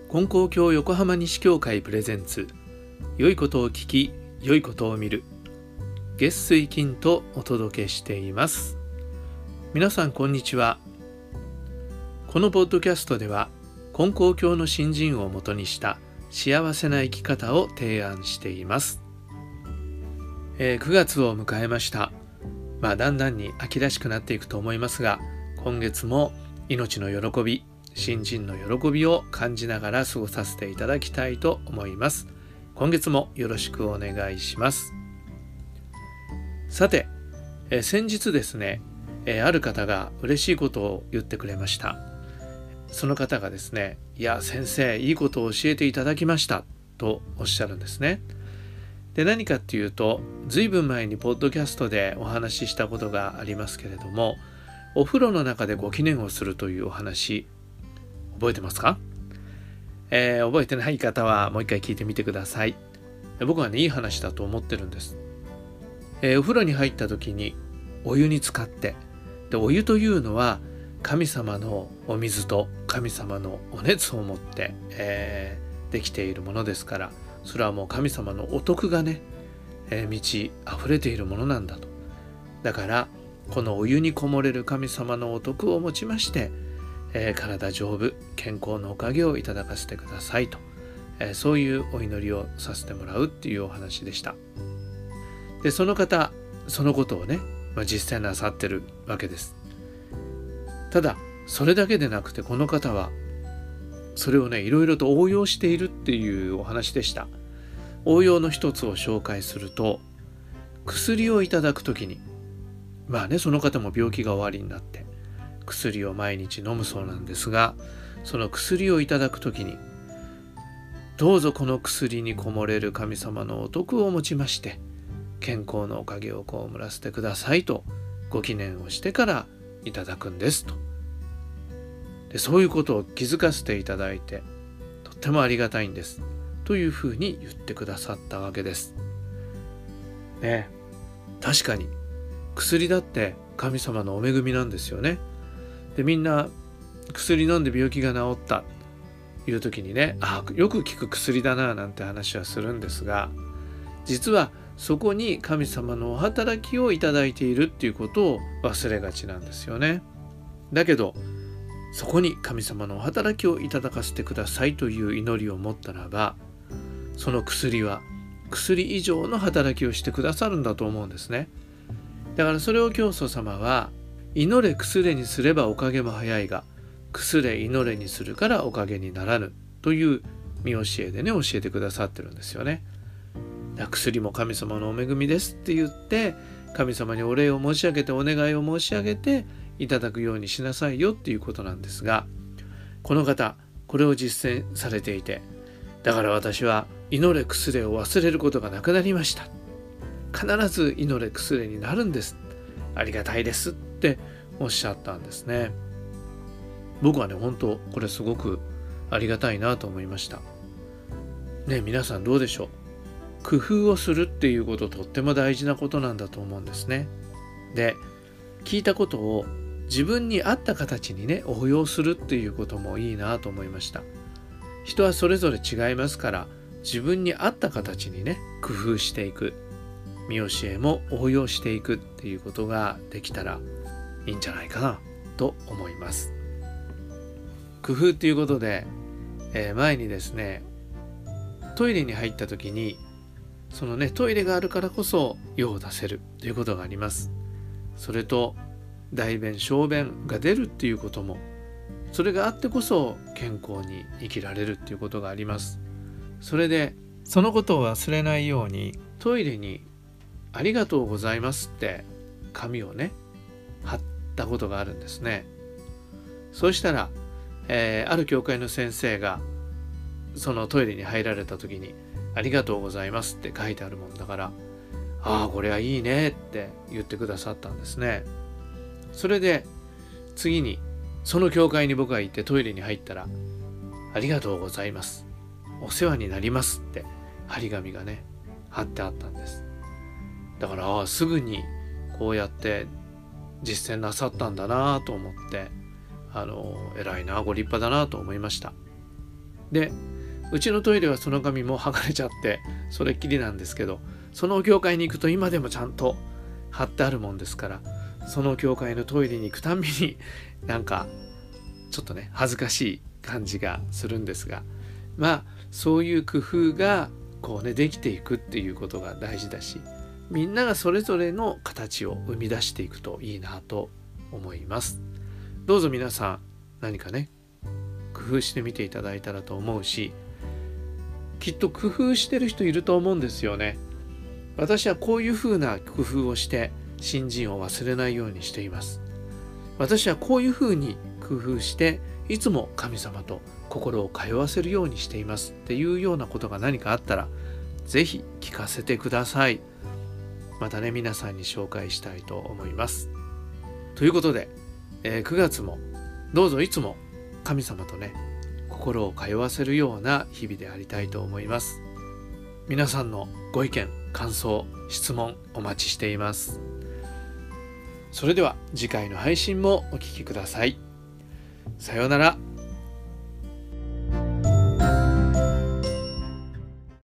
金光教横浜西教会プレゼンツ、良いことを聞き良いことを見る、月水金とお届けしています。皆さんこんにちは。このポッドキャストでは金光教の新人をもとにした幸せな生き方を提案しています。9月を迎えました。だんだんに秋らしくなっていくと思いますが、今月も命の喜び、新人の喜びを感じながら過ごさせていただきたいと思います。今月もよろしくお願いします。さて、先日ですね、ある方が嬉しいことを言ってくれました。その方がですね、いや先生、いいことを教えていただきましたとおっしゃるんですね。で、何かっていうと、ずいぶん前にポッドキャストでお話ししたことがありますけれども、お風呂の中でご祈念をするというお話、覚えてますか？覚えてない方はもう一回聞いてみてください。僕はね、いい話だと思ってるんです。お風呂に入った時にお湯に浸かって、でお湯というのは神様のお水と神様のお熱を持って、できているものですから、それはもう神様のお徳がね、満ち溢れているものなんだと。だからこのお湯にこもれる神様のお徳をもちまして、体丈夫、健康のおかげをいただかせてくださいと、そういうお祈りをさせてもらうっていうお話でした。で、その方、そのことをね、実践なさってるわけです。ただそれだけでなくて、この方はそれをね、いろいろと応用しているっていうお話でした。応用の一つを紹介すると、薬をいただくときに、その方も病気がおありになって薬を毎日飲むそうなんですが、その薬をいただくときに、どうぞこの薬にこもれる神様のお徳をもちまして健康のおかげを被らせてくださいとご祈念をしてからいただくんですと。で、そういうことを気づかせていただいて、とってもありがたいんですというふうに言ってくださったわけですね。確かに薬だって神様のお恵みなんですよね。で、みんな薬飲んで病気が治ったという時にね、よく効く薬だななんて話はするんですが、実はそこに神様のお働きをいただいているっていうことを忘れがちなんですよね。だけどそこに神様のお働きをいただかせてくださいという祈りを持ったらば、その薬は薬以上の働きをしてくださるんだと思うんですね。だからそれを教祖様は、祈れ薬にすればおかげも早いが、薬れ祈れにするからおかげにならぬという見教えでね、教えてくださってるんですよね。だから薬も神様のお恵みですって言って、神様にお礼を申し上げて、お願いを申し上げていただくようにしなさいよっていうことなんですが、この方これを実践されていて、だから私は祈れ薬れを忘れることがなくなりました、必ず祈れ薬れになるんです、ありがたいですっておっしゃったんですね。僕はね、本当これすごくありがたいなと思いましたね。皆さんどうでしょう？工夫をするっていうこと、とっても大事なことなんだと思うんですね。で、聞いたことを自分に合った形にね、応用するっていうこともいいなと思いました。人はそれぞれ違いますから、自分に合った形にね、工夫していく、見教えも応用していくっていうことができたらいいんじゃないかなと思います。工夫っていうことで、前にですね、トイレに入った時に、そのね、トイレがあるからこそ用を出せるということがあります。それと大便小便が出るっていうことも、それがあってこそ健康に生きられるっていうことがあります。それでそのことを忘れないように、トイレにありがとうございますって紙をね、貼ったことがあるんですね。そうしたら、ある教会の先生がそのトイレに入られた時に、ありがとうございますって書いてあるもんだから、これはいいねって言ってくださったんですね。それで次にその教会に僕が行ってトイレに入ったら、ありがとうございます、お世話になりますって張り紙がね、貼ってあったんです。だからすぐにこうやって実践なさったんだなと思って、偉いな、ご立派だなと思いました。 でうちのトイレはその紙も剥がれちゃってそれっきりなんですけど、その教会に行くと今でもちゃんと貼ってあるもんですから、その教会のトイレに行くたんびになんかちょっとね恥ずかしい感じがするんですが、そういう工夫ができていくっていうことが大事だし、みんながそれぞれの形を生み出していくといいなと思います。どうぞ皆さん何かね工夫してみていただいたらと思うし、きっと工夫してる人いると思うんですよね。私はこういうふうな工夫をして信心を忘れないようにしています。私はこういうふうに工夫していつも神様と心を通わせるようにしていますっていうようなことが何かあったらぜひ聞かせてください。またね皆さんに紹介したいと思います。ということで、9月もどうぞいつも神様とね心を通わせるような日々でありたいと思います。皆さんのご意見、感想、質問お待ちしています。それでは次回の配信もお聞きください。さようなら。